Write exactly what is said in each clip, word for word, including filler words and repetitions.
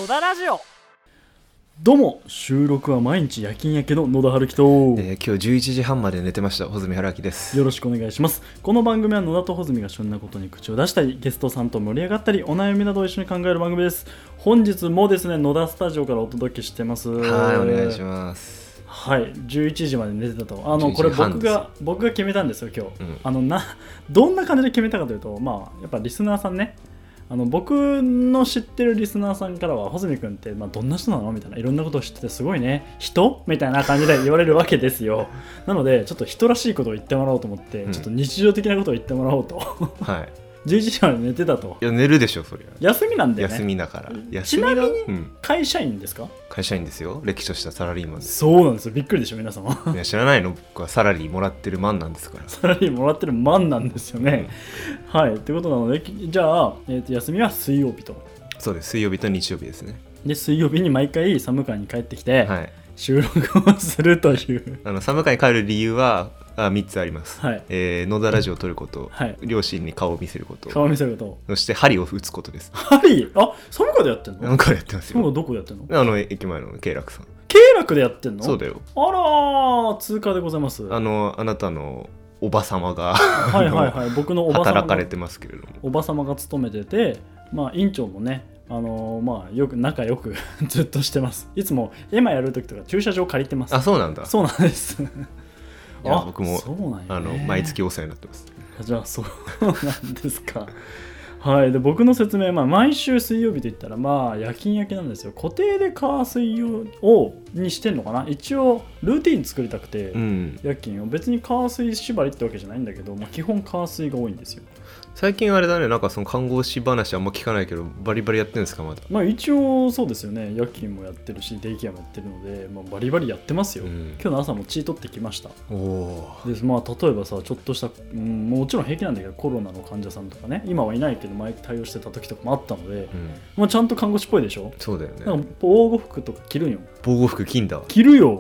野田ラジオ。どうも、収録は毎日夜勤やけど野田春樹と、 えー、今日じゅういちじはんまで寝てました穂積春樹です。 よろしくお願いします。この番組は野田と穂積が旬なことに口を出したり、ゲストさんと盛り上がったり、お悩みなどを一緒に考える番組です。本日もですね、野田スタジオからお届けしてます。 はい、お願いします。 はい、じゅういちじまで寝てたと。あのこれ僕が僕が決めたんですよ今日、うん、あのなどんな感じで決めたかというと、まあやっぱリスナーさんね、あの僕の知ってるリスナーさんからは穂積君って、まあ、どんな人なのみたいな、いろんなことを知っててすごいね、人みたいな感じで言われるわけですよ。なのでちょっと人らしいことを言ってもらおうと思って、うん、ちょっと日常的なことを言ってもらおうと。はいじゅういちじまで寝てたと。 いや寝るでしょそりゃ。 休みなんだよね。 休みだから。 ちなみに会社員ですか？うん、 会社員ですよ。歴史としたサラリーマンです。 そうなんですよ。びっくりでしょ皆様。 いや知らないの？僕はサラリーもらってるマンなんですから。 サラリーもらってるマンなんですよね。うん、はいということなので、じゃあ、えー、と休みは水曜日と。そうです。水曜日と日曜日ですね。 で水曜日に毎回寒川に帰ってきて、はい、収録をするという。 あの寒川に帰る理由はあみっつあります。はい、えー、野田ラジオを撮ること、はい、両親に顔を見せること、 顔を見せること、 そして針を打つことです。 針？あ、寒川でやってんの？ 寒川でやってますよ。 どこでやってんの？ あの駅前の慶楽さん。 慶楽でやってんの？ そうだよ。 あらー、通過でございます。 あのあなたのおばさまがはいはいはい、僕のおばさま働かれてますけれども、 おばさまが勤めてて、まあ院長もね、あのー、まあよく仲良くずっとしてます。いつもエマやるときとか駐車場借りてます。 あ、そうなんだ。 そうなんです。 いや僕もそうなんよ、ね、あの毎月お世話になってます。 じゃあそうなんですか。はい、で僕の説明、まあ、毎週水曜日といったらまあ夜勤明けなんですよ。固定で火水をにしてんのかな。一応ルーティン作りたくて、うん、夜勤を別に火水縛りってわけじゃないんだけど、まあ、基本火水が多いんですよ。 最近あれだね、なんかその看護師話あんま聞かないけどバリバリやってるんですかまだ。 まあ一応そうですよね。夜勤もやってるしデイケアもやってるので、まあ、バリバリやってますよ、うん、今日の朝も血取ってきました。おで、まあ、例えばさちょっとした、うん、もちろん平気なんだけどコロナの患者さんとかね、今はいないけど前対応してた時とかもあったので、うんまあ、ちゃんと看護師っぽいでしょ。 そうだよね。 なんか防護服とか着るんよ。 防護服着んだ。 着るよ。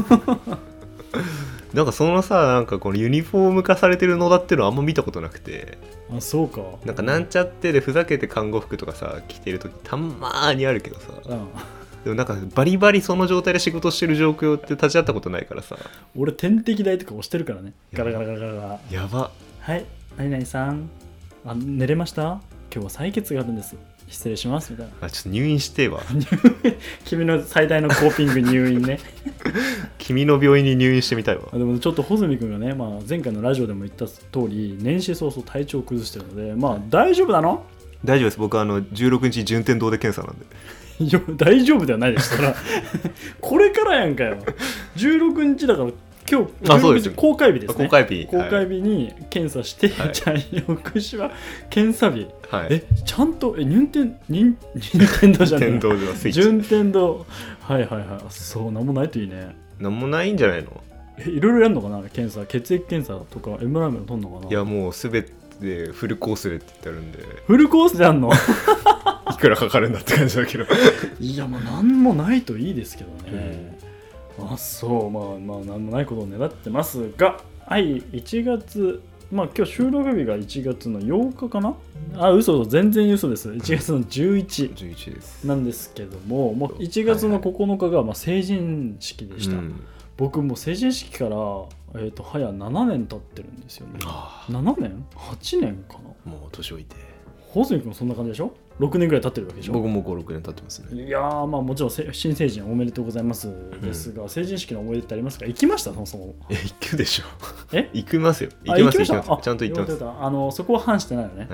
なんかそのさ、なんかこのユニフォーム化されてるのだってのはあんま見たことなくて。 あ、そうか。 なんかなんちゃってでふざけて看護服とかさ着てるときたまーにあるけどさ、うん、でもなんかバリバリその状態で仕事してる状況って立ち会ったことないからさ。 俺点滴台とか押してるからね。ガラガラガラガラ。 やば。 はい、何々さん、あ、寝れました？今日は採血があるんです、失礼しますみたいな。 あ、ちょっと入院してわ。 君の最大のコーピング入院ね。 君の病院に入院してみたいわ。 でもちょっと穂積君がね、まあ、前回のラジオでも言った通り年始早々体調を崩してるので、まあ大丈夫なの？ 大丈夫です。僕はあのじゅうろくにち順天堂で検査なんで。 いや大丈夫ではないですからこれからやんかよ。じゅうろくにちだから今日じゅうろくにち公開日ですね。 公開日、 公開日に検査して、はい、じゃあ翌週は検査日、はい、えちゃんとえ任天任天堂じゃない順天堂ではスイッチ順天堂、はいはいはい、そうなんもないといいね。 なんもないんじゃないの？ えいろいろやるのかな検査、血液検査とか エムアールアイ も取るのかな。 いやもうすべてフルコースでって言ってあるんで。 フルコースでやんの？ いくらかかるんだって感じだけど。 いやもうなんもないといいですけどね、うん、あそうまあまあなんもないことを願ってますが、はいいちがつ、まあ今日収録日がいちがつのようかかな。あ嘘全然嘘です。いちがつのじゅういちなんですけども、もういちがつのここのかがまあ成人式でした、はいはい、うん、僕も成人式から、えー、と早ななねん経ってるんですよね。ななねん ?はち 年かな。 もう年老いて。 穂積君そんな感じでしょ。ろくねんぐらい経ってるわけでしょ。 僕もご、ろくねん経ってますね。 いやーまあもちろん新成人おめでとうございますですが、うん、成人式の思い出ってありますか？行きましたそもそも。 え行くでしょ。 え行きますよ。行きます。行きます。ちゃんと行ってます。 あのそこは反してないよね。はい、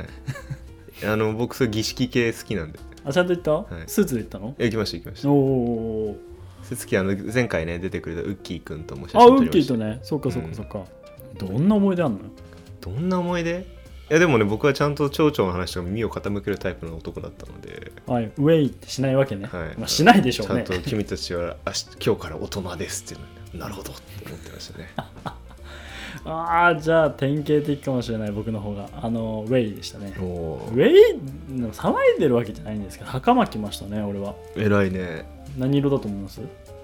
あの僕そう儀式系好きなんで。 あちゃんと行った？はい、スーツで行ったの？ 行きました行きました。 おお。 スーツ着あの前回ね出てくれたウッキーくんとも写真撮りました。あウッキーとね。そうかそうかそうか、うん。どんな思い出あんの？ どんな思い出？いやでもね僕はちゃんと町長の話とか耳を傾けるタイプの男だったので、 はい、ウェイってしないわけね、はいまあ、しないでしょうね。 ちゃんと君たちは今日から大人ですっていうのなるほどって思ってましたね。 ああじゃあ典型的かもしれない。僕の方があのウェイでしたね。ウェイ騒いでるわけじゃないんですけど袴着ましたね俺は。 偉いね。 何色だと思います？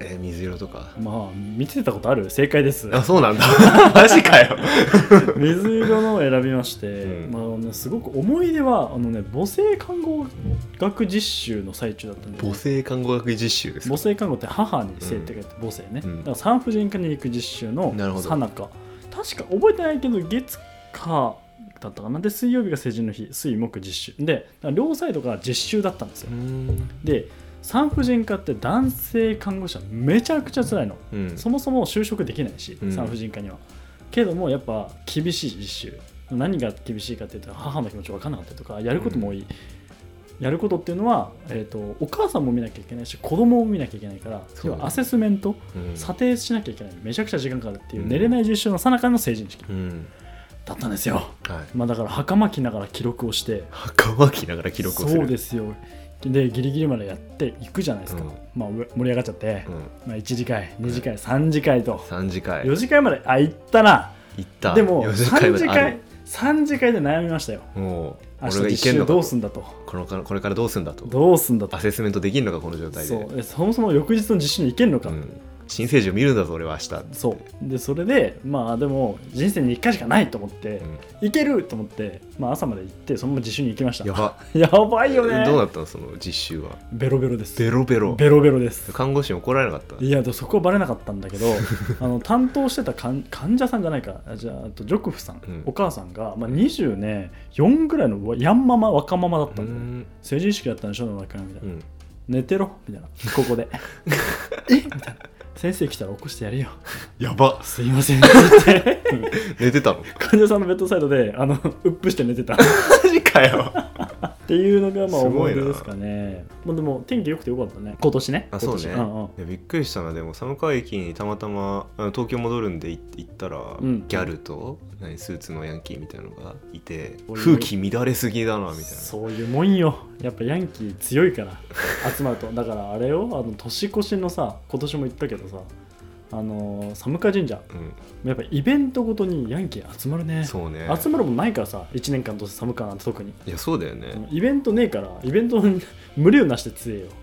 えー、水色とか。 まあ見てたことある？正解です。 あ、そうなんだ。マジかよ。 水色のを選びまして、 うんまあね、すごく思い出はあのね母性看護学実習の最中だったんで、 母性看護学実習ですか。 母性看護って母に性って書いて母性ね、 うん、 だから産婦人科に行く実習のさなか、確か覚えてないけど月火だったかな。で水曜日が成人の日、水木実習で両サイドが実習だったんですよ。で産婦人科って男性看護師はめちゃくちゃ辛いの、うん、そもそも就職できないし、うん、産婦人科にはけどもやっぱ厳しい実習、何が厳しいかっていうと母の気持ち分からなかったりとかやることも多い、うん、やることっていうのは、えーと、お母さんも見なきゃいけないし子供も見なきゃいけないから、要はアセスメント、うん、査定しなきゃいけない、めちゃくちゃ時間かかるっていう、うん、寝れない実習の最中の成人式、うんだったんですよ、はいまあ、だから袴着ながら記録をして袴着ながら記録をする。 そうですよ。でギリギリまでやっていくじゃないですか、うんまあ、盛り上がっちゃって、うんまあ、いちじかいにじかいさんじかいとさんじかいよじかいまであ行ったな行ったでもさんじかいさんじかいで悩みましたよ。もう明日実習どうすんだと、 このこれからどうすんだとどうすんだとアセスメントできるのかこの状態で。 そうそもそも翌日の実習に行けるのか、うん新生児を見るんだぞ俺は明日。 そうでそれでまあでも人生にいっかいしかないと思って、うん、行けると思って、まあ、朝まで行ってそのまま実習に行きました。 やばやばいよね。 どうなったのその実習は。 ベロベロです。 ベロベロベロベロです。 看護師に怒られなかった？ いやそこはバレなかったんだけどあの担当してた患者さんじゃないかじゃあとジョクフさん、うん、お母さんが、まあ、にじゅうよんぐらいのヤンママ若ママだったんだよ。成人式だったんでしょみたいな、うん、寝てろみたいなここでえみたいな先生来たら起こしてやるよ。 やばすいませんって寝てたの？ 患者さんのベッドサイドであのうっぷして寝てた。 マジかよっていうのがまあ思い出ですかね。まあ、でも天気良くてよかったね今年ね。 あそうね、うんうん、いやびっくりしたな。でも寒川駅にたまたまあの東京戻るんで行ったら、うん、ギャルと何スーツのヤンキーみたいなのがいて、風紀乱れすぎだなみたいな。 そういうもんよ。やっぱヤンキー強いから集まると。だからあれよ、あの年越しのさ今年も行ったけどさあのー、寒川神社、うん、やっぱイベントごとにヤンキー集まるね。そうね。集まるもんないからさいちねんかんとして寒川なんて特に。 いやそうだよね。 イベントねえからイベント無理をなして強えよ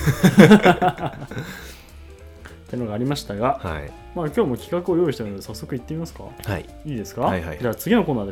ってのがありましたが、はい、まあ、今日も企画を用意したので早速行ってみますか。はい、いいですか、はいはい、じゃあ次のコーナーです。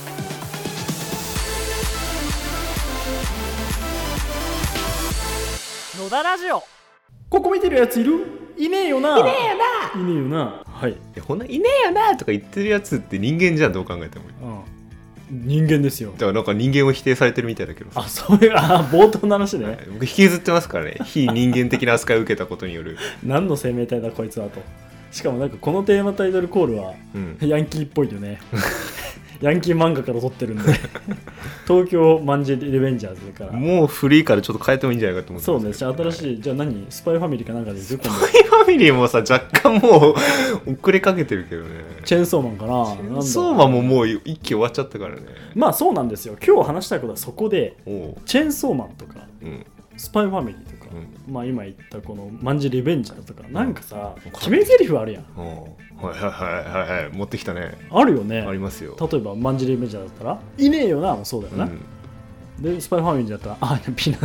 野田ラジオ。ここ見てるやついる？いねえよな。いねえよな。いねえよな。はい。 ほんないねえよなとか言ってるやつって人間じゃん、どう考えても。 うん、人間ですよ。 だからなんか人間を否定されてるみたいだけどさ。 あ、それが冒頭の話ね、はい、 僕引きずってますからね。非人間的な扱いを受けたことによる何の生命体だこいつはと。しかもなんかこのテーマタイトルコールは、うん、ヤンキーっぽいよねヤンキー漫画から撮ってるんで東京マンジリベンジャーズからもう古いからちょっと変えてもいいんじゃないかと思って。 そうね。じゃあ新しい、はい、じゃあ何スパイファミリーかなんかでスパイファミリーもさ若干もう遅れかけてるけどね。 チェーンソーマンかな。 チェーンソーマンももう一期終わっちゃったからね。 まあそうなんですよ。今日話したいことはそこでチェーンソーマンとか、うん、スパイファミリーとか、うん、まあ今言ったこのマンジリベンジャーズとか、なんかさ、うん、決め台詞あるやん。 はいはいはいはい、持ってきたね。 あるよね。 ありますよ。 例えばマンジリベンジャーだったらいねえよなもそうだよな、うん、でスパイファミリーだったらあピーナッ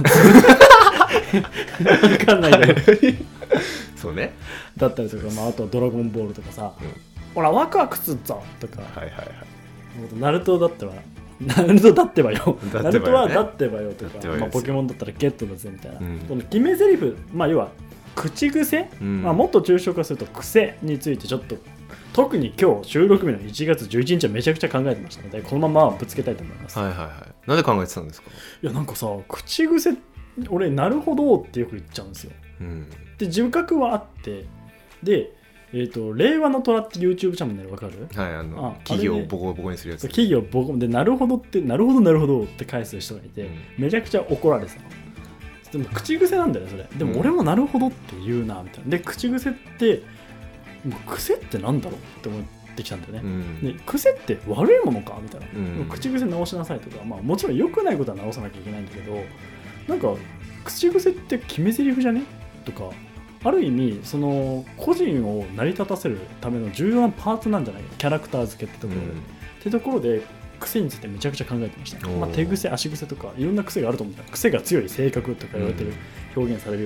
ツ分かんないけどそうね。 だったりとか、まあ、あとはドラゴンボールとかさ、うん、ほらワクワクすっぞとか、はいはいはい、ナルトだってはナルトだってばよ、ね、ナルトはだってばよとか、まあ、ポケモンだったらゲットだぜみたいな、うん、この決め台詞、まあ要は口癖、うんまあ、もっと抽象化すると癖についてちょっと特に今日収録日のいちがつじゅういちにちはめちゃくちゃ考えてましたのでこのままぶつけたいと思います。 はいはいはい。なんで考えてたんですか？ いやなんかさ口癖俺なるほどってよく言っちゃうんですよ、うん、で自覚はあってで、えーと、令和の虎って YouTube チャンネルわかる？ はい、あのあ企業をボコボコにするやつ。 企業ボコでなるほどってなるほどなるほどって返す人がいて、うん、めちゃくちゃ怒られてたの。でも口癖なんだよねそれ。でも俺もなるほどって言うなみたいな。で口癖ってもう癖ってなんだろうって思ってきたんだよね、うん、で癖って悪いものかみたいな、うん、口癖直しなさいとか、まあ、もちろん良くないことは直さなきゃいけないんだけどなんか口癖って決め台詞じゃねとかある意味その個人を成り立たせるための重要なパーツなんじゃないかキャラクター付けってところで、うん、ってところで癖についてめちゃくちゃ考えてました、まあ、手癖足癖とかいろんな癖があると思うんだ。癖が強い性格とか言われてる、うん、表現されるように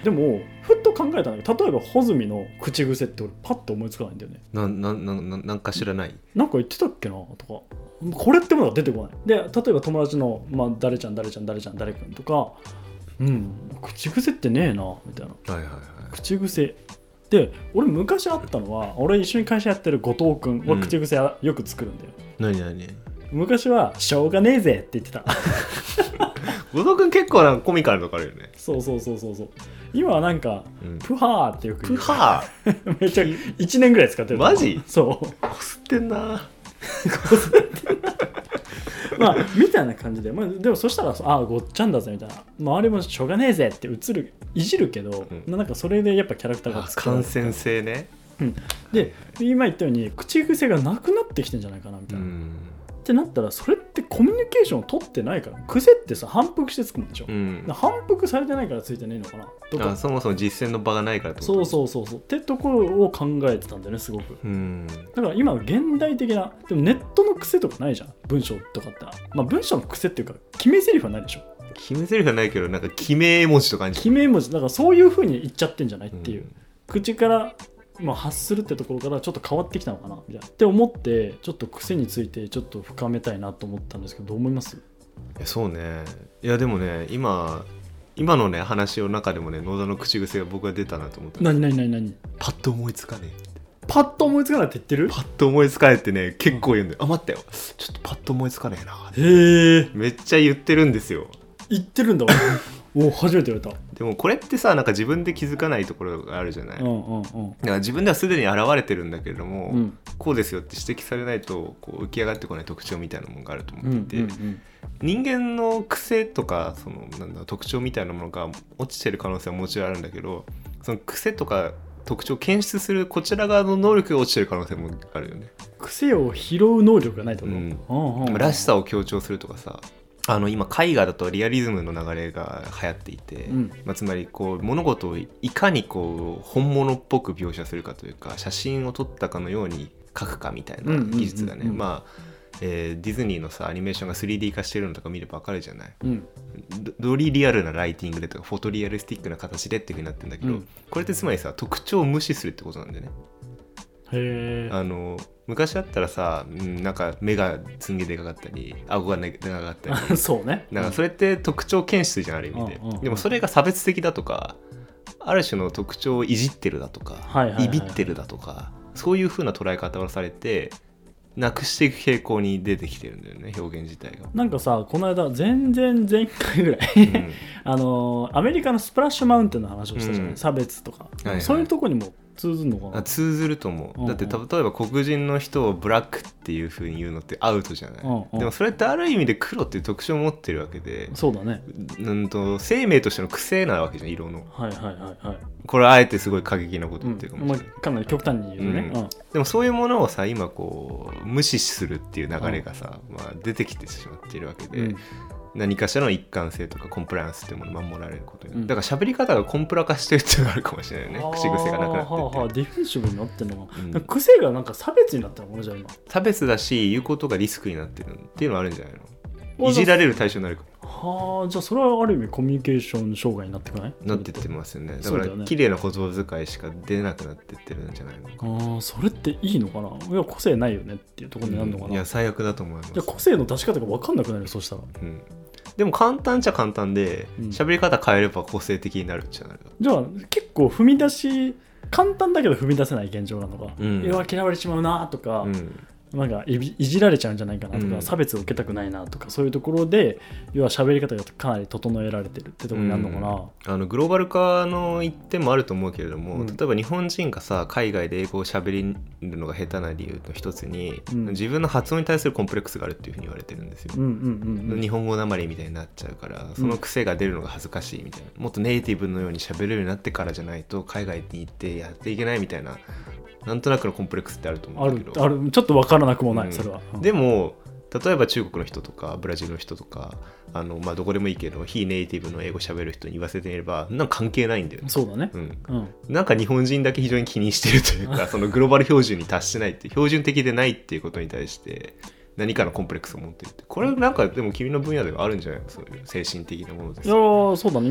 でもふっと考えたんだけど、例えば穂積の口癖って俺パッと思いつかないんだよね。 なななななんか知らない、 なんか言ってたっけなとか、これってものが出てこない。で例えば友達の、まあ、誰ちゃん誰ちゃん誰ちゃん誰くんとか、うん口癖ってねえなみたいな、 はいはいはい、 口癖で俺昔あったのは、俺一緒に会社やってる後藤くんは口癖よく作るんだよ、 うん、何何昔はしょうがねえぜって言ってた後藤くん結構なんかコミカルとかあるよね。 そうそうそうそうそう。今はなんか、うん、プハーってよく言う。 プハーめっちゃいちねんぐらい使ってる。 マジ？ そうこすってんなこすってんなまあみたいな感じで、まあ、でもそしたらああごっちゃんだぜみたいな、周りもしょうがねえぜって映るいじるけど、うん、なんかそれでやっぱキャラクターが作られて、感染性ね、 うん、で今言ったように口癖がなくなってきてんじゃないかなみたいな、うんってなったら、それってコミュニケーションを取ってないから。癖ってさ反復してつくもんでしょ、うん、反復されてないからついてないのかなとか。 あ、そもそも実践の場がないからってこと。 そうそうそうそうってところを考えてたんだよねすごく、うん、だから今現代的な、でもネットの癖とかないじゃん、文章とかって。まあ文章の癖っていうか決め台詞はないでしょ。 決め台詞はないけど、なんか決め絵文字とかに決め絵文字だから、そういう風に言っちゃってんじゃないっていう、うん、口からまあ、発するってところからちょっと変わってきたのかなみたいなって思って、ちょっと癖についてちょっと深めたいなと思ったんですけど、どう思います？ いやそうね、いやでもね、今今のね話の中でもね、野田の口癖が僕は出たなと思った。 何何何何？ パッと思いつかねえ。 パッと思いつかないって言ってる？ パッと思いつかないってね結構言うんだよ、うん、あ待ってよちょっとパッと思いつかねえな。 へえ、 めっちゃ言ってるんですよ。 言ってるんだわお初めて言われた。 でもこれってさ、なんか自分で気づかないところがあるじゃない、うんうんうん、だから自分ではすでに現れてるんだけれども、うん、こうですよって指摘されないとこう浮き上がってこない特徴みたいなものがあると思っていて、うんうんうん、人間の癖とかそのなんだ特徴みたいなものが落ちてる可能性はもちろんあるんだけど、その癖とか特徴を検出するこちら側の能力が落ちてる可能性もあるよね。 癖を拾う能力がないと思う、うんうんうん、らしさを強調するとかさ、あの今絵画だとリアリズムの流れが流行っていて、うんまあ、つまりこう物事をいかにこう本物っぽく描写するかというか、写真を撮ったかのように描くかみたいな技術がね、まあ、えー、ディズニーのさアニメーションが スリーディー 化してるのとか見れば分かるじゃない、うん、よりリアルなライティングでとかフォトリアルスティックな形でっていう風になってるんだけど、うん、これってつまりさ特徴を無視するってことなんだよね。 へー。 あの昔だったらさ、うん、なんか目がすんげえでかかったり顎がでかかったりそうね、 なんかそれって特徴検出じゃん、ある意味で、うんうんうん、でもそれが差別的だとか、ある種の特徴をいじってるだとか、はいはいはい、いびってるだとか、そういう風な捉え方をされてなくしていく傾向に出てきてるんだよね、表現自体が。 なんかさ、この間前々前回ぐらい、うん、あのアメリカのスプラッシュマウンテンの話をしたじゃない、うん、差別とか、はいはい、そういうとこにも通ずるのかな。 あ、通ずると思う、うんうん、だって例えば黒人の人をブラックっていう風に言うのってアウトじゃない、うんうん、でもそれってある意味で黒っていう特徴を持ってるわけで、 そうだね、 うんと生命としての癖なわけじゃん、色の。 はいはいはいはい。 これはあえてすごい過激なこと言ってるかもしれない、 うんまあ、かなり極端に言うね、うんうん、 でもそういうものをさ今こう無視するっていう流れがさ、うんまあ、出てきてしまっているわけで、うん、何かしらの一貫性とかコンプライアンスっていうものを守られることに、うん、だから喋り方がコンプラ化してるっていうのがあるかもしれないよね、口癖がなくなってって、はあはあ、 ディフェンシブになってるのが、うん、癖がなんか差別になってるのかな、じゃあ今差別だし言うことがリスクになってるっていうのはあるんじゃないの、いじられる対象になるかも。 はあ、じゃあそれはある意味コミュニケーション障害になってくないなってってますよね。だから綺麗な言葉遣いしか出なくなってってるんじゃないのか。 ああ、それっていいのかな。いや個性ないよねっていうところになるのかな、うん、 いや最悪だと思います。 じゃあ個性の出し方が分かんなくなるよ、そしたら、 うん、でも簡単っちゃ簡単で喋、うん、り方変えれば個性的になるんじゃないか。 じゃあ結構踏み出し簡単だけど踏み出せない現状なのか、うん、嫌われてしまうなとか、うんなんか い, いじられちゃうんじゃないかなとか、うん、差別を受けたくないなとか、そういうところで要は喋り方がかなり整えられてるってところになるのかな、うん、 あのグローバル化の一点もあると思うけれども、うん、例えば日本人がさ海外で英語を喋るのが下手な理由の一つに、うん、自分の発音に対するコンプレックスがあるっていうふうに言われてるんですよ、うんうんうんうん、日本語なまりみたいになっちゃうからその癖が出るのが恥ずかしいみたいな、もっとネイティブのように喋れるようになってからじゃないと海外に行ってやっていけないみたいな、なんとなくのコンプレックスってあると思うんだけど、 あるある、ちょっと分からなくもない、うん、それは、 うん、でも例えば中国の人とかブラジルの人とかあの、まあ、どこでもいいけど非ネイティブの英語喋る人に言わせてみればなんか関係ないんだよね。 そうだね、 うんうん、なんか日本人だけ非常に気にしてるというかそのグローバル標準に達してないって標準的でないっていうことに対して何かのコンプレックスを持ってるって、これなんかでも君の分野ではあるんじゃないの、そういう精神的なものです。 いやそうだね、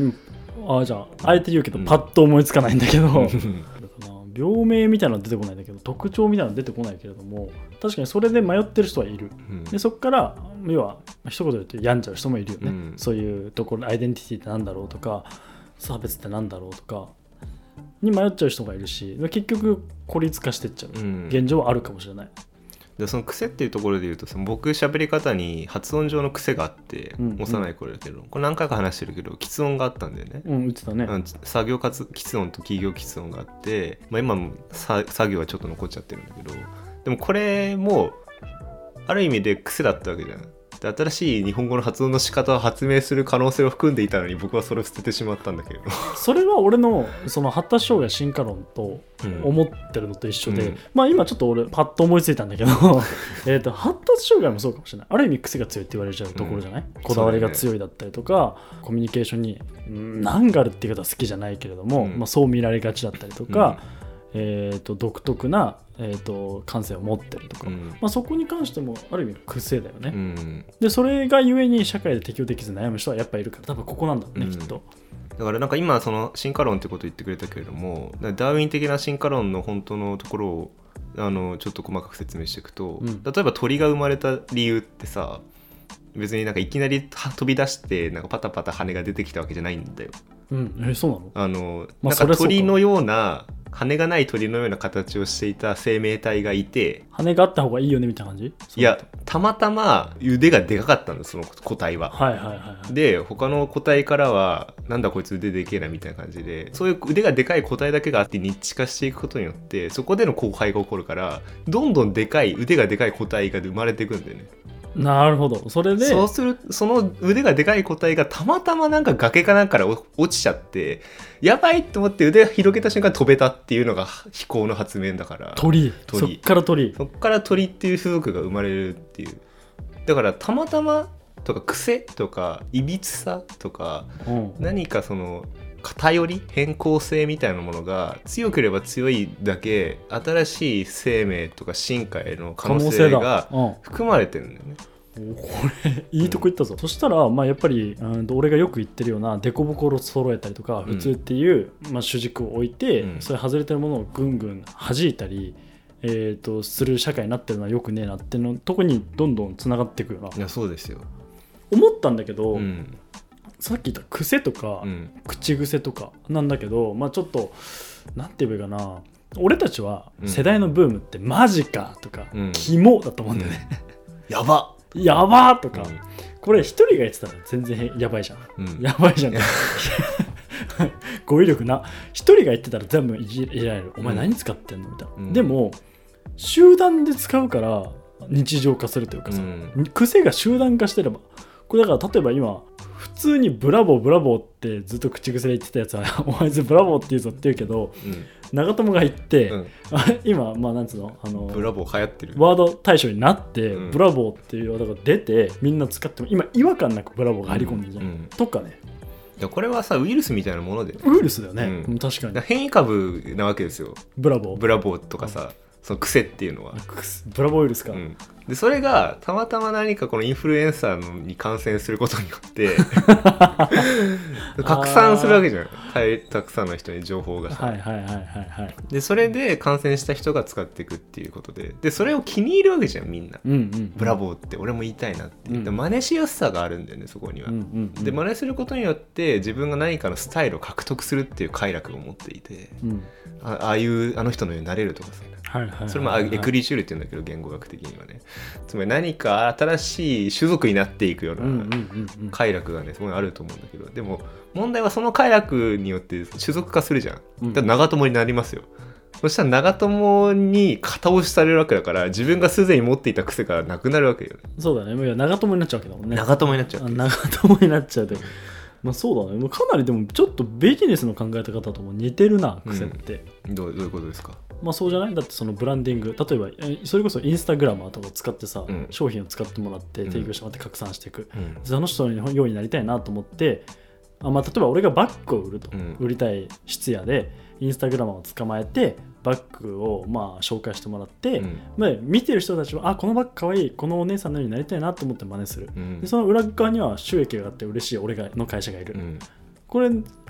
あじゃああえて言うけどパッと思いつかないんだけど、うん、病名みたいなのは出てこないんだけど特徴みたいなのは出てこないけれども確かにそれで迷ってる人はいる、うん、でそこから要は一言で言うと病んじゃう人もいるよね、うん、そういうところアイデンティティってなんだろうとか差別ってなんだろうとかに迷っちゃう人がいるし結局孤立化してっちゃう、うん、現状はあるかもしれない。 でその癖っていうところで言うとその僕喋り方に発音上の癖があって、うんうん、幼い頃だけどこれ何回か話してるけど喫音があったんだよね、 うん、言ってたね。 作業喫音と企業喫音があって、まあ、今も作業はちょっと残っちゃってるんだけどでもこれもある意味で癖だったわけじゃん。で新しい日本語の発音の仕方を発明する可能性を含んでいたのに僕はそれを捨ててしまったんだけどそれは俺のその発達障害進化論と思ってるのと一緒で、うん、まあ今ちょっと俺パッと思いついたんだけどえと発達障害もそうかもしれない。ある意味癖が強いって言われちゃうところじゃない、うん、こだわりが強いだったりとか、ね、コミュニケーションに難があるっていう方は好きじゃないけれども、うんまあ、そう見られがちだったりとか、うんえー、と独特な、えー、と感性を持ってるとか、うんまあ、そこに関してもある意味癖だよね、うん、でそれがゆえに社会で適応できず悩む人はやっぱいるから多分ここなんだろうね、うん、きっと。 だからなんか今その進化論ってことを言ってくれたけれどもダーウィン的な進化論の本当のところをあのちょっと細かく説明していくと、うん、例えば鳥が生まれた理由ってさ別になんかいきなり飛び出してなんかパタパタ羽が出てきたわけじゃないんだよ。 うん、えそうなの？ あの、まあ、なんか鳥のような羽がない鳥のような形をしていた生命体がいて羽があった方がいいよねみたいな感じ？ いやたまたま腕がでかかったんだその個体は、 はいはいはいはい、 で他の個体からはなんだこいつ腕でけえなみたいな感じでそういう腕がでかい個体だけがあってニッチ化していくことによってそこでの交配が起こるからどんどんでかい腕がでかい個体が生まれていくんだよね。 なるほど。それでそうするその腕がでかい個体がたまたまなんか崖かなんかから落ちちゃってやばいと思って腕を広げた瞬間飛べたっていうのが飛行の発明だから。 鳥そっから鳥そっから鳥っていう種族が生まれるっていう。だからたまたまとか癖とかいびつさとか、うん、何かその偏り変更性みたいなものが強ければ強いだけ新しい生命とか進化への可能性が含まれてるんだよね。 これいいとこ言ったぞ、うん、そしたら、まあ、やっぱり、うん、俺がよく言ってるようなデコボコを揃えたりとか普通っていう、うんまあ、主軸を置いて、うん、それ外れてるものをぐんぐん弾いたり、えー、とする社会になってるのはよくねえなってのとこにどんどんつながっていくよな。 いやそうですよ。 思ったんだけど、 うん、 さっき言った癖とか、うん、口癖とかなんだけど、まあ、ちょっとなんて言えばいいかな、俺たちは世代のブームってマジかとか、うん、キモだと思うんだよね、 うん、やばやばとか、うん、これ一人が言ってたら全然やばいじゃん、うん、やばいじゃん語彙力な。一人が言ってたら全部いじられる、お前何使ってんのみたいな、うん、でも集団で使うから日常化するというかさ、うん、癖が集団化してればこれだから例えば今普通にブラボーブラボーってずっと口癖で言ってたやつはお前ずブラボーって言うぞって言うけど、うん、長友が言って、うん、今まあなんつうの、あのブラボー流行ってるワード大賞になって、うん、ブラボーっていうワードが出てみんな使っても今違和感なくブラボーが入り込んでるじゃん、うんうん、とかね。 いやこれはさウイルスみたいなもので、ね、 ウイルスだよね、うん、確かに変異株なわけですよ。 ブラボーブラボーとかさ、うん、その癖っていうのはブラボーウイルスか、 うんでそれがたまたま何かこのインフルエンサーに感染することによって拡散するわけじゃん、はい、たくさんの人に情報がさ、 はいはいはいはいはい、 でそれで感染した人が使っていくっていうことで、でそれを気に入るわけじゃんみんな、うんうんうん、ブラボーって俺も言いたいなって、うん、で真似しやすさがあるんだよねそこには、うんうんうん、で真似することによって自分が何かのスタイルを獲得するっていう快楽を持っていて、うん、あ, ああいうあの人のようになれるとかさ、はいはいはいはい、それもエクリチュールって言うんだけど言語学的にはね、つまり何か新しい種族になっていくような快楽がねすごいあると思うんだけど、でも問題はその快楽によって種族化するじゃん。だから長友になりますよ、うん、そしたら長友に型押しされるわけだから自分がすでに持っていた癖がなくなるわけよね。 そうだね、もう長友になっちゃうわけだもんね。 長友になっちゃう長友になっちゃうでまあそうだね、もうかなりでもちょっとビジネスの考え方とも似てるな癖って、 うん、どう、どういうことですか。 まあそうじゃない？だってそのブランディング、例えばそれこそインスタグラマーとかを使ってさ、うん、商品を使ってもらって提供してもらって拡散していく、うん、その人のようになりたいなと思って、あ、まあ、例えば俺がバッグを売ると、うん、売りたい質屋でインスタグラマーを捕まえてバッグをまあ紹介してもらって、うんまあ、見てる人たちはあこのバッグかわいい、このお姉さんのようになりたいなと思って真似する、うん、でその裏側には収益があって嬉しい俺がの会社がいる、うん、これ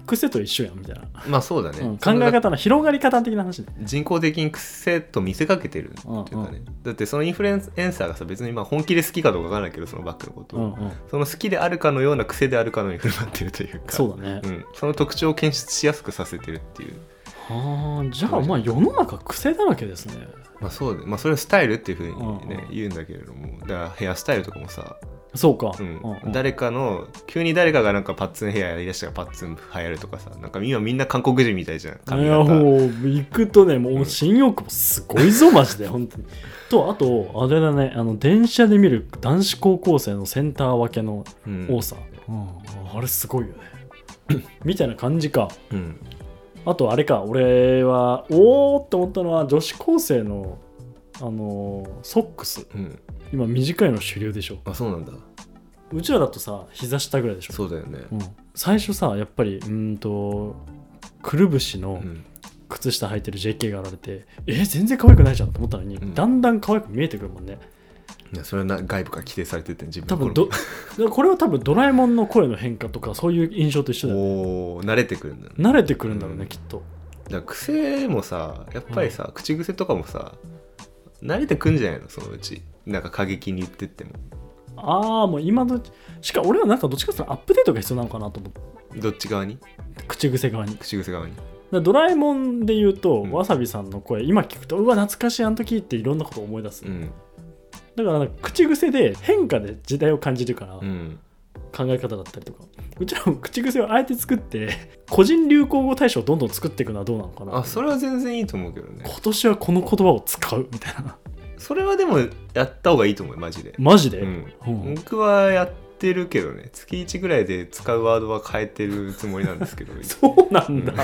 癖と一緒やんみたいな。 まあそうだね、 うん、考え方の広がり方的な話で人工的に癖と見せかけてるっていうかね、うんうん、だってそのインフルエンサーがさ別にまあ本気で好きかどうかわからないけどそのバッグのことを、うんうん、その好きであるかのような癖であるかのように振る舞ってるというかそうだね、 うん、その特徴を検出しやすくさせてるっていう。 はあ、じゃあまあ世の中癖だらけですね。 まあそうで、まあそれはスタイルっていうふうにね、うんうん、言うんだけれども、だからヘアスタイルとかもさ、 そうか、 うんうんうん、誰かの急に誰かがなんかパッツンヘアやりだしたらパッツン流行るとかさ、なんか今みんな韓国人みたいじゃん髪型。いやもう行くとねもう新大久保すごいぞマジで本当に。とあとあれだね、あの電車で見る男子高校生のセンター分けの多さ、うんうん、あれすごいよねみたいな感じか、うん、あとあれか、俺はおーって思ったのは女子高生のあのー、ソックス、うん、今短いの主流でしょ。 あ、そうなんだ。 うちらだとさ膝下ぐらいでしょ。 そうだよね、 うん、最初さやっぱりうんとくるぶしの靴下履いてる ジェーケー が現れて、うん、え全然可愛くないじゃんと思ったのに、うん、だんだん可愛く見えてくるもんね。 いやそれはな外部から規定されてて自分多分どこれは多分ドラえもんの声の変化とかそういう印象と一緒だよね。 お慣れてくるんだ、ね、 慣れてくるんだろうね、うん、きっと。 だから癖もさやっぱりさ、うん、口癖とかもさ慣れてくんじゃないのそのうち。なんか過激に言ってっても。 ああもう今のしか俺はなんかどっちかというとアップデートが必要なのかなと思う。 どっち側に？ 口癖側に。 口癖側に。 ドラえもんで言うと、うん、わさびさんの声今聞くとうわ懐かしいあの時っていろんなことを思い出す、うん、だからなんか口癖で変化で時代を感じるから、うん、考え方だったりとかうちらも口癖をあえて作って個人流行語大賞をどんどん作っていくのはどうなのかな。 あそれは全然いいと思うけどね。 今年はこの言葉を使うみたいな。 それはでもやった方がいいと思うマジで。 マジで、 うんうん、僕はやってるけどね月いちぐらいで使うワードは変えてるつもりなんですけどそうなんだ、うん、だ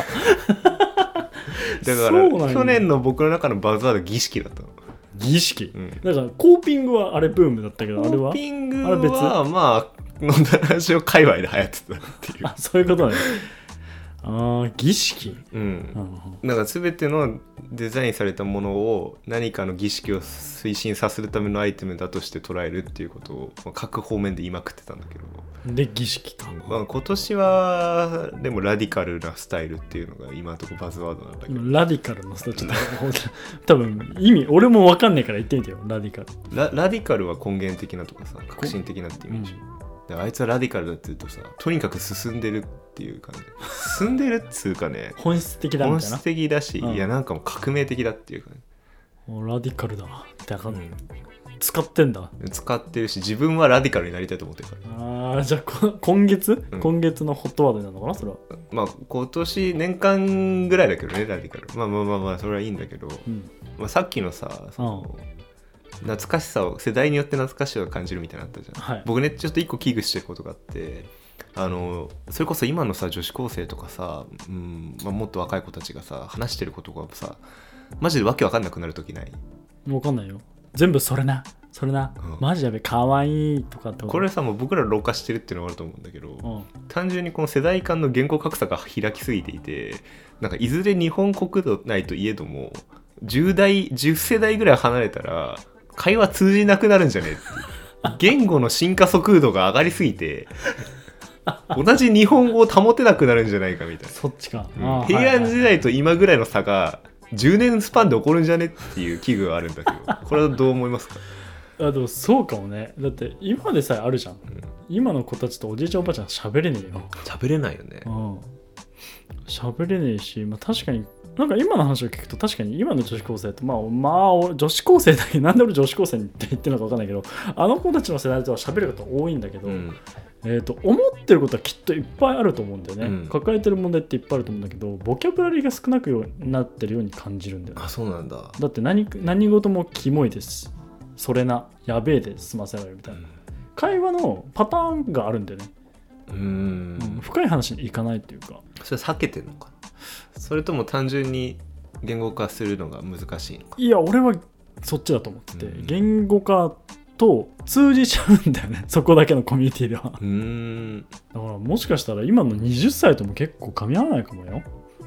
から去年の僕の中のバズワード儀式だったの。 儀式、うん、だからコーピングはあれブームだったけどあれはコーピングはまあ飲んだラジオ界隈で流行ってたっていう。 あそういうことね。あ儀式、 うん、なんか全てのデザインされたものを何かの儀式を推進させるためのアイテムだとして捉えるっていうことを、まあ、各方面で言いまくってたんだけど。 で儀式か、 まあ、今年はでもラディカルなスタイルっていうのが今のところバズワードなんだけど。 ラディカルのスタイルちょっと多分意味俺も分かんないから言ってみてよ。ラディカルラ, ラディカルは根源的なとかさ革新的なっていう意味でしょ、うん、あいつはラディカルだって言うとさとにかく進んでるっていう感じ。進んでるっつうかね本質的だみたいな。 本質的だし、うん、いやなんかもう革命的だっていうかね。 ラディカルだってか、うん、使ってんだ。 使ってるし自分はラディカルになりたいと思ってるから。 ああじゃあ今月、うん、今月のホットワードなのかなそれは。 まあ今年年間ぐらいだけどねラディカル。まあまあまあまあそれはいいんだけど、うんまあ、さっきのさその、うん、懐かしさを世代によって懐かしさを感じるみたいなのあったじゃん、はい、僕ねちょっと一個危惧してることがあって、あのそれこそ今のさ女子高生とかさ、うんまあ、もっと若い子たちがさ話してることがさマジでわけわかんなくなるときない？ わかんないよ。全部それなそれな、うん、マジやべかわいいとかってこれさもう僕ら老化してるっていうのがあると思うんだけど、うん、単純にこの世代間の言語格差が開きすぎていてなんかいずれ日本国土内といえどもじゅう代じゅっ世代ぐらい離れたら会話通じなくなるんじゃねえって言語の進化速度が上がりすぎて同じ日本語を保てなくなるんじゃないかみたいな。 そっちか、 うん、平安時代と今ぐらいの差がじゅうねんスパンで起こるんじゃねっていう危惧があるんだけどこれはどう思いますか？ あでもそうかもね。だって今でさえあるじゃん、うん、今の子たちとおじいちゃんおばあちゃん喋れねえよ。 喋れないよね。 うん喋れねえし、まあ、確かになんか今の話を聞くと確かに今の女子高生ってまあまあ女子高生だけなんで俺女子高生って言ってるのか分かんないけどあの子たちの世代とは喋ること多いんだけど、うんえー、と思ってることはきっといっぱいあると思うんだよね、うん、抱えてる問題っていっぱいあると思うんだけどボキャブラリーが少なくなってるように感じるんだよね。 あそうなんだ。 だって 何, 何事もキモいですそれなやべえで済ませられるみたいな、うん、会話のパターンがあるんだよね。 うーん、 うん、深い話にいかないっていうか。 それ避けてるのかなそれとも単純に言語化するのが難しいのか。 いや俺はそっちだと思ってて、うん、言語化と通じちゃうんだよねそこだけのコミュニティでは。うーんだからもしかしたら今のはたちとも結構噛み合わないかもよ。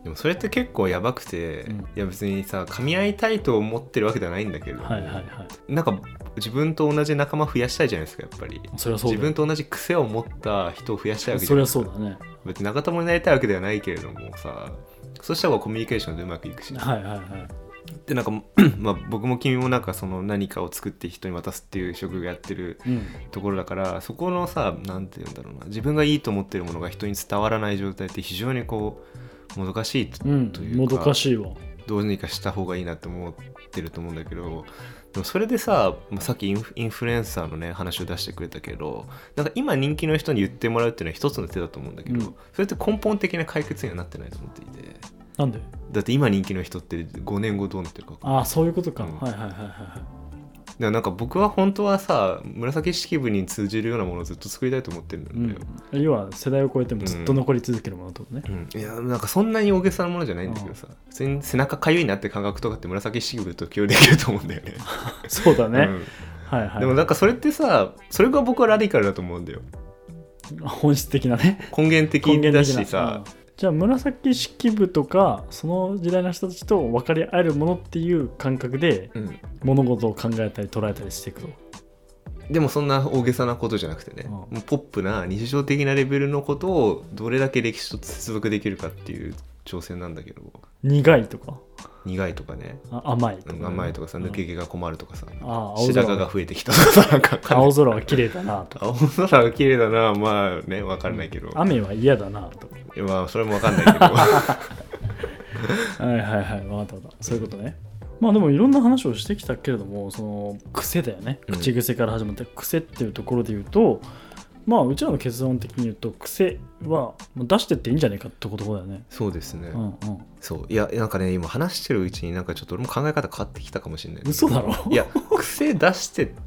でもそれって結構やばくて、うん、いや別にさ噛み合いたいと思ってるわけではないんだけど、 はいはいはい、 なんか自分と同じ仲間増やしたいじゃないですかやっぱり。 それはそうだ、 自分と同じ癖を持った人を増やしたいわけじゃないですか。 それはそうだね。 別に仲友になりたいわけではないけれどもさ、そうした方がコミュニケーションでうまくいくし、 はいはいはい。 でなんかまあ、僕も君もなんかその何かを作って人に渡すっていう職業やってるところだから、うん、そこのさなんて言うんだろうな、自分がいいと思ってるものが人に伝わらない状態って非常にこうもどかしいというか、うん、 もどかしいわ。 どうにかした方がいいなって思ってると思うんだけど、でもそれでさ、さっきインフ、インフルエンサーのね話を出してくれたけど、なんか今人気の人に言ってもらうっていうのは一つの手だと思うんだけど、うん、それって根本的な解決にはなってないと思っていて。 なんで？ だって今人気の人ってごねんごどうなってるか。 ああそういうことか、 うん、 はいはいはいはい。 だからなんか僕は本当はさ紫式部に通じるようなものをずっと作りたいと思ってるんだよ、 うん、要は世代を超えてもずっと残り続けるものってことね、 うんうん、いやなんかそんなに大げさなものじゃないんだけどさ、普通に背中かゆいなって感覚とかって紫式部と共有できると思うんだよねそうだね、うん、はいはい。 でもなんかそれってさ、それが僕はラディカルだと思うんだよ。 本質的なね、 根源的だしさ、 じゃあ紫式部とかその時代の人たちと分かり合えるものっていう感覚で物事を考えたり捉えたりしていくと、 うん、でもそんな大げさなことじゃなくてね、うん、もうポップな日常的なレベルのことをどれだけ歴史と接続できるかっていう挑戦なんだけど。 苦いとか苦いとかね、 あ甘いとか、ね、 うん、甘いとかさ、抜け毛が困るとかさ、 うん、あ白髪が増えてきたとかさ、なんか青空は綺麗だなとか、 青空は綺麗だな、まあね分からないけど、 うん、雨は嫌だなとか、 いやまあそれも分かんないけどはいはいはい分かった分かった、そういうことね。まあでもいろんな話をしてきたけれども、その癖だよね、口癖から始まった癖っていうところで言うと、うん、まあうちらの結論的に言うと癖は出してっていいんじゃないかってことだよね。 そうですね、 うんうん、 そういやなんかね今話してるうちになんかちょっと俺も考え方変わってきたかもしれない。 嘘だろいや癖出してって、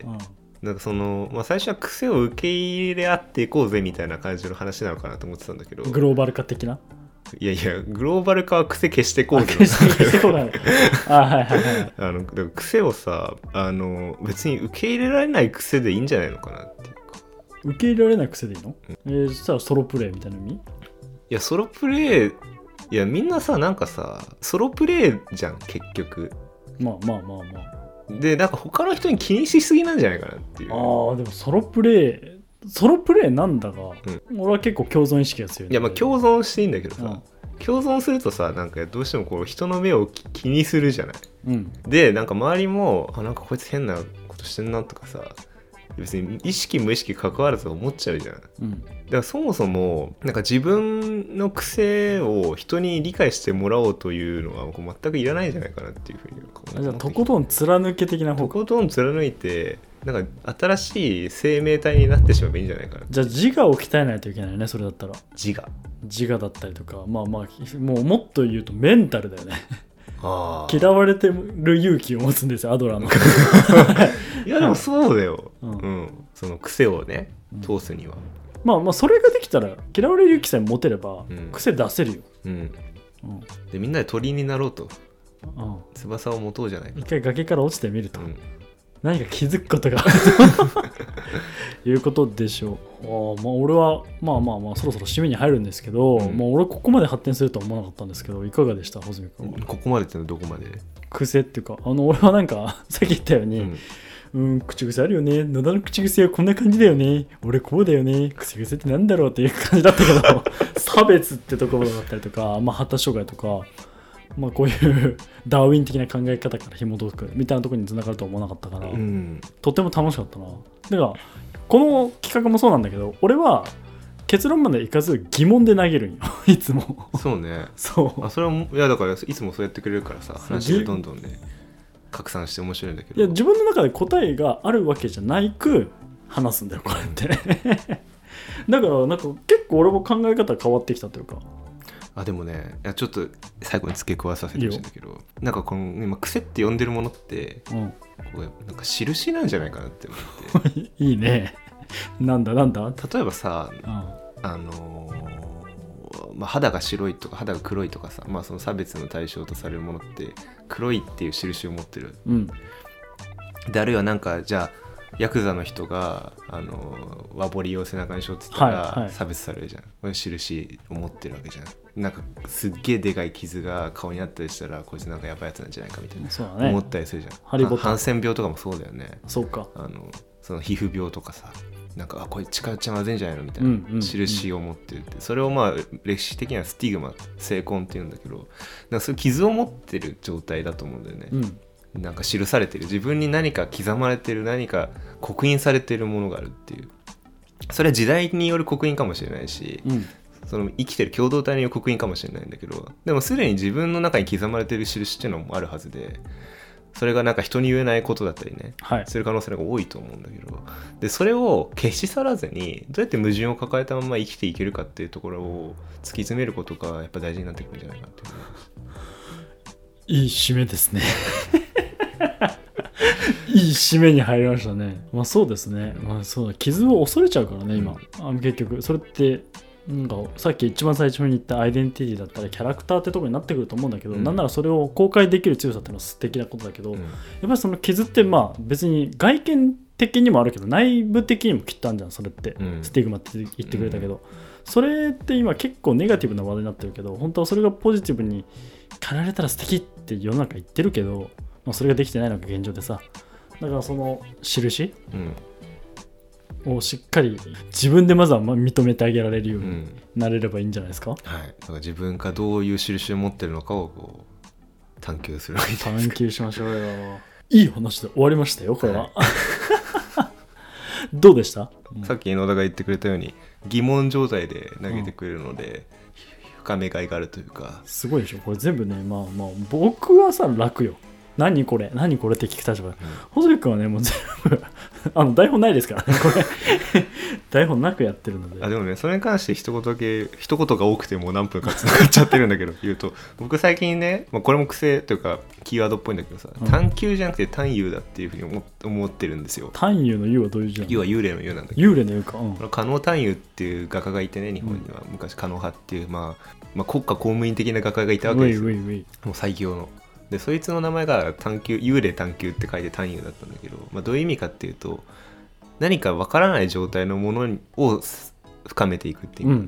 うん、なんかその、まあ、最初は癖を受け入れ合っていこうぜみたいな感じの話なのかなと思ってたんだけど、 グローバル化的な。 いやいやグローバル化は癖消していこうぜ消してこないあはいはいはいあのだから癖をさあの別に受け入れられない癖でいいんじゃないのかなっていうか。 受け入れられない癖でいいの、うん、えー、そしたらソロプレイみたいな意味？いやソロプレイ、いやみんなさなんかさソロプレイじゃん結局。 まあまあまあまあでなんか他の人に気にしすぎなんじゃないかなっていう。 ああでもソロプレイソロプレイなんだが、うん、俺は結構共存意識が強い。 いやまあ共存していいんだけどさ、うん、共存するとさなんかどうしてもこう人の目を気にするじゃない、うん、でなんか周りもあなんかこいつ変なことしてんなとかさ、別に意識無意識関わらず思っちゃうじゃん、うん、だからそもそもなんか自分の癖を人に理解してもらおうというのは全くいらないんじゃないかなっていうふうに思って。 じゃあとことん貫け的な方とことん貫いてなんか新しい生命体になってしまえばいいんじゃないかな。 じゃあ自我を鍛えないといけないよね、それだったら。 自我自我だったりとか、まあまあもうもっと言うとメンタルだよねあ嫌われてる勇気を持つんですよアドラーのいやでもそうだよ、うんうん、その癖をね通すには、うん、 まあまあそれができたら嫌われる勇気さえ持てれば、うん、癖出せるよ、うんうん、でみんなで鳥になろうと、うん、翼を持とうじゃないか。 一回崖から落ちてみると、うん、何か気づくことがあるということでしょう。あ、まあ、俺はまあまあまあそろそろ締めに入るんですけど、うん、まあ、俺ここまで発展するとは思わなかったんですけど、いかがでした穂積君は。 ここまでってのはどこまで？ 癖っていうか、あの俺はなんかさっき言ったように、うんうん、口癖あるよね、野田の口癖はこんな感じだよね、俺こうだよね、口癖ってなんだろうっていう感じだったけど差別ってところだったりとか、まあ、発達障害とか、まあ、こういうダーウィン的な考え方から紐解くみたいなところにつながるとは思わなかったから、うん、とても楽しかったな。だからこの企画もそうなんだけど、俺は結論までいかず疑問で投げるんよいつも。 そうね。 そうあそれはいやだからいつもそうやってくれるからさ、話がどんどんね拡散して面白いんだけど、 いや自分の中で答えがあるわけじゃないく話すんだよこれってだからなんか結構俺も考え方変わってきたというか。 あでもね、いやちょっと最後に付け加えさせてほしいんだけど、なんかこの今癖って呼んでるものって、うん、これなんか印なんじゃないかなって思っていいね。なんだなんだ。 例えばさ、うん、あのーまあ、肌が白いとか肌が黒いとかさ、まあ、その差別の対象とされるものって黒いっていう印を持ってる、うん、であるいはなんかじゃヤクザの人があの和彫りを背中に背負ってたら差別されるじゃん、はいはい、印を持ってるわけじゃん。なんかすっげえでかい傷が顔にあったりしたらこいつなんかやばいやつなんじゃないかみたいな、そうだね、思ったりするじゃん。ハリボタンハンセン病とかもそうだよね。 そうか、 あのその皮膚病とかさ、なんかあこれ近寄っちゃまずいんじゃないのみたいな、うんうんうん、印を持ってるって、それをまあ歴史的にはスティグマ、聖痕っていうんだけど、なんかそういう傷を持ってる状態だと思うんだよね、うん、なんか記されてる、自分に何か刻まれてる、何か刻印されてるものがあるっていう、それは時代による刻印かもしれないし、うん、その生きてる共同体による刻印かもしれないんだけど、でもすでに自分の中に刻まれてる印っていうのもあるはずで、それがなんか人に言えないことだったりね、はい、する可能性が多いと思うんだけど、でそれを消し去らずにどうやって矛盾を抱えたまま生きていけるかっていうところを突き詰めることがやっぱ大事になってくるんじゃないかなって思います。 いい締めですねいい締めに入りましたね。まあそうですね、まあ、そうだ、傷を恐れちゃうからね今、うん、あ結局それってなんかさっき一番最初に言ったアイデンティティだったらキャラクターってところになってくると思うんだけど、うん、なんならそれを公開できる強さっていうのは素敵なことだけど、うん、やっぱりその傷ってまあ別に外見的にもあるけど内部的にもきっとあるじゃんそれって、うん、スティグマって言ってくれたけど、うん、それって今結構ネガティブなワードになってるけど、本当はそれがポジティブに変えられたら素敵って世の中言ってるけど、まあ、それができてないのが現状でさ、だからその印、うんをしっかり自分でまずは認めてあげられるようになれればいいんじゃないですか、うん、 はい、だから自分がどういう印を持ってるのかをこう探求する探求しましょうよいい話で終わりましたよこれは、はい、どうでした、 うん、さっき野田が言ってくれたように疑問状態で投げてくれるので、うん、深めがいがあるというか、 すごいでしょこれ全部ね。まあまあ僕はさ楽よ、何これ何これって聞く立場、うん、細井君はねもう全部あの台本ないですからねこれ台本なくやってるので。 あでもねそれに関して一言だけ一言が多くてもう何分かつながっちゃってるんだけど言うと、僕最近ね、まあ、これも癖というかキーワードっぽいんだけどさ、うん、探求じゃなくて探幽だっていうふうに 思, 思ってるんですよ。 探幽の幽はどういう字なの？ 幽は幽霊の幽なんだけど、 幽霊の幽か、うん、 加納探幽っていう画家がいてね、日本には、うん、昔加納派っていう、まあ、まあ国家公務員的な画家がいたわけですよ。ウェイウェイウェイ、もう最強ので、そいつの名前が探求、幽霊探求って書いて探幽だったんだけど、まあ、どういう意味かっていうと、何かわからない状態のものを深めていくっていう、うんうんうん、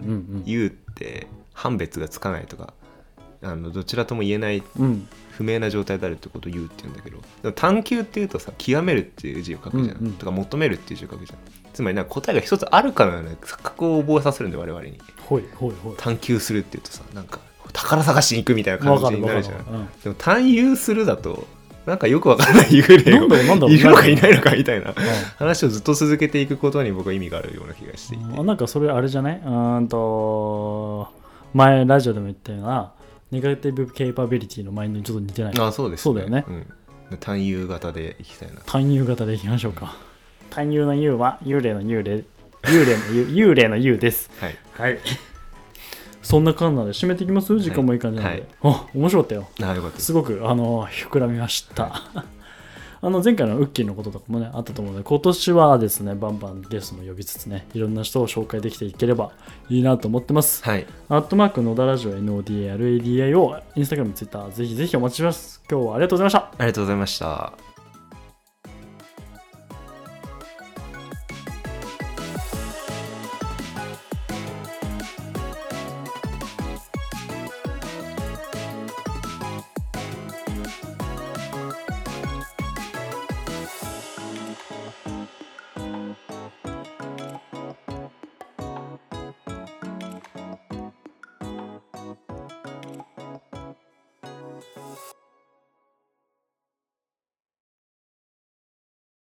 幽って判別がつかないとか、あのどちらとも言えない不明な状態であるってことを幽って言うんだけど、でも探求っていうとさ、極めるっていう字を書くじゃん、うんうん、とか求めるっていう字を書くじゃん。つまりなんか答えが一つあるかのような錯覚を覚えさせるんで我々に。 ほいほいほい。 探求するっていうとさ、なんか宝探しに行くみたいな感じになるじゃん、うん、でも探幽するだとなんかよくわからない幽霊がいるのかいないのかみたいな話をずっと続けていくことに僕は意味があるような気がしていて、 うん、なんかそれあれじゃない、うんと前ラジオでも言ったようなネガティブケイパビリティの前にちょっと似てない。 あ、そうですね、 そうだよね、 うん、探幽型でいきたいな。 探幽型でいきましょうか。探幽の幽は幽霊の幽霊幽霊の幽幽霊の幽です。はい、はいそんな感じなので締めていきます。時間もいい感じなので、はいはい、あ面白かったよ。 あよかった。 すごくあの膨らみました、はい、あの前回のウッキーのこととかもねあったと思うので、今年はですねバンバンゲストも呼びつつねいろんな人を紹介できていければいいなと思ってます。はい、アットマーク野田ラジオ エヌオーディーエーアールエーディーアイ をインスタグラム、ツイッターぜひぜひお待ちしてます。今日はありがとうございました。 ありがとうございました。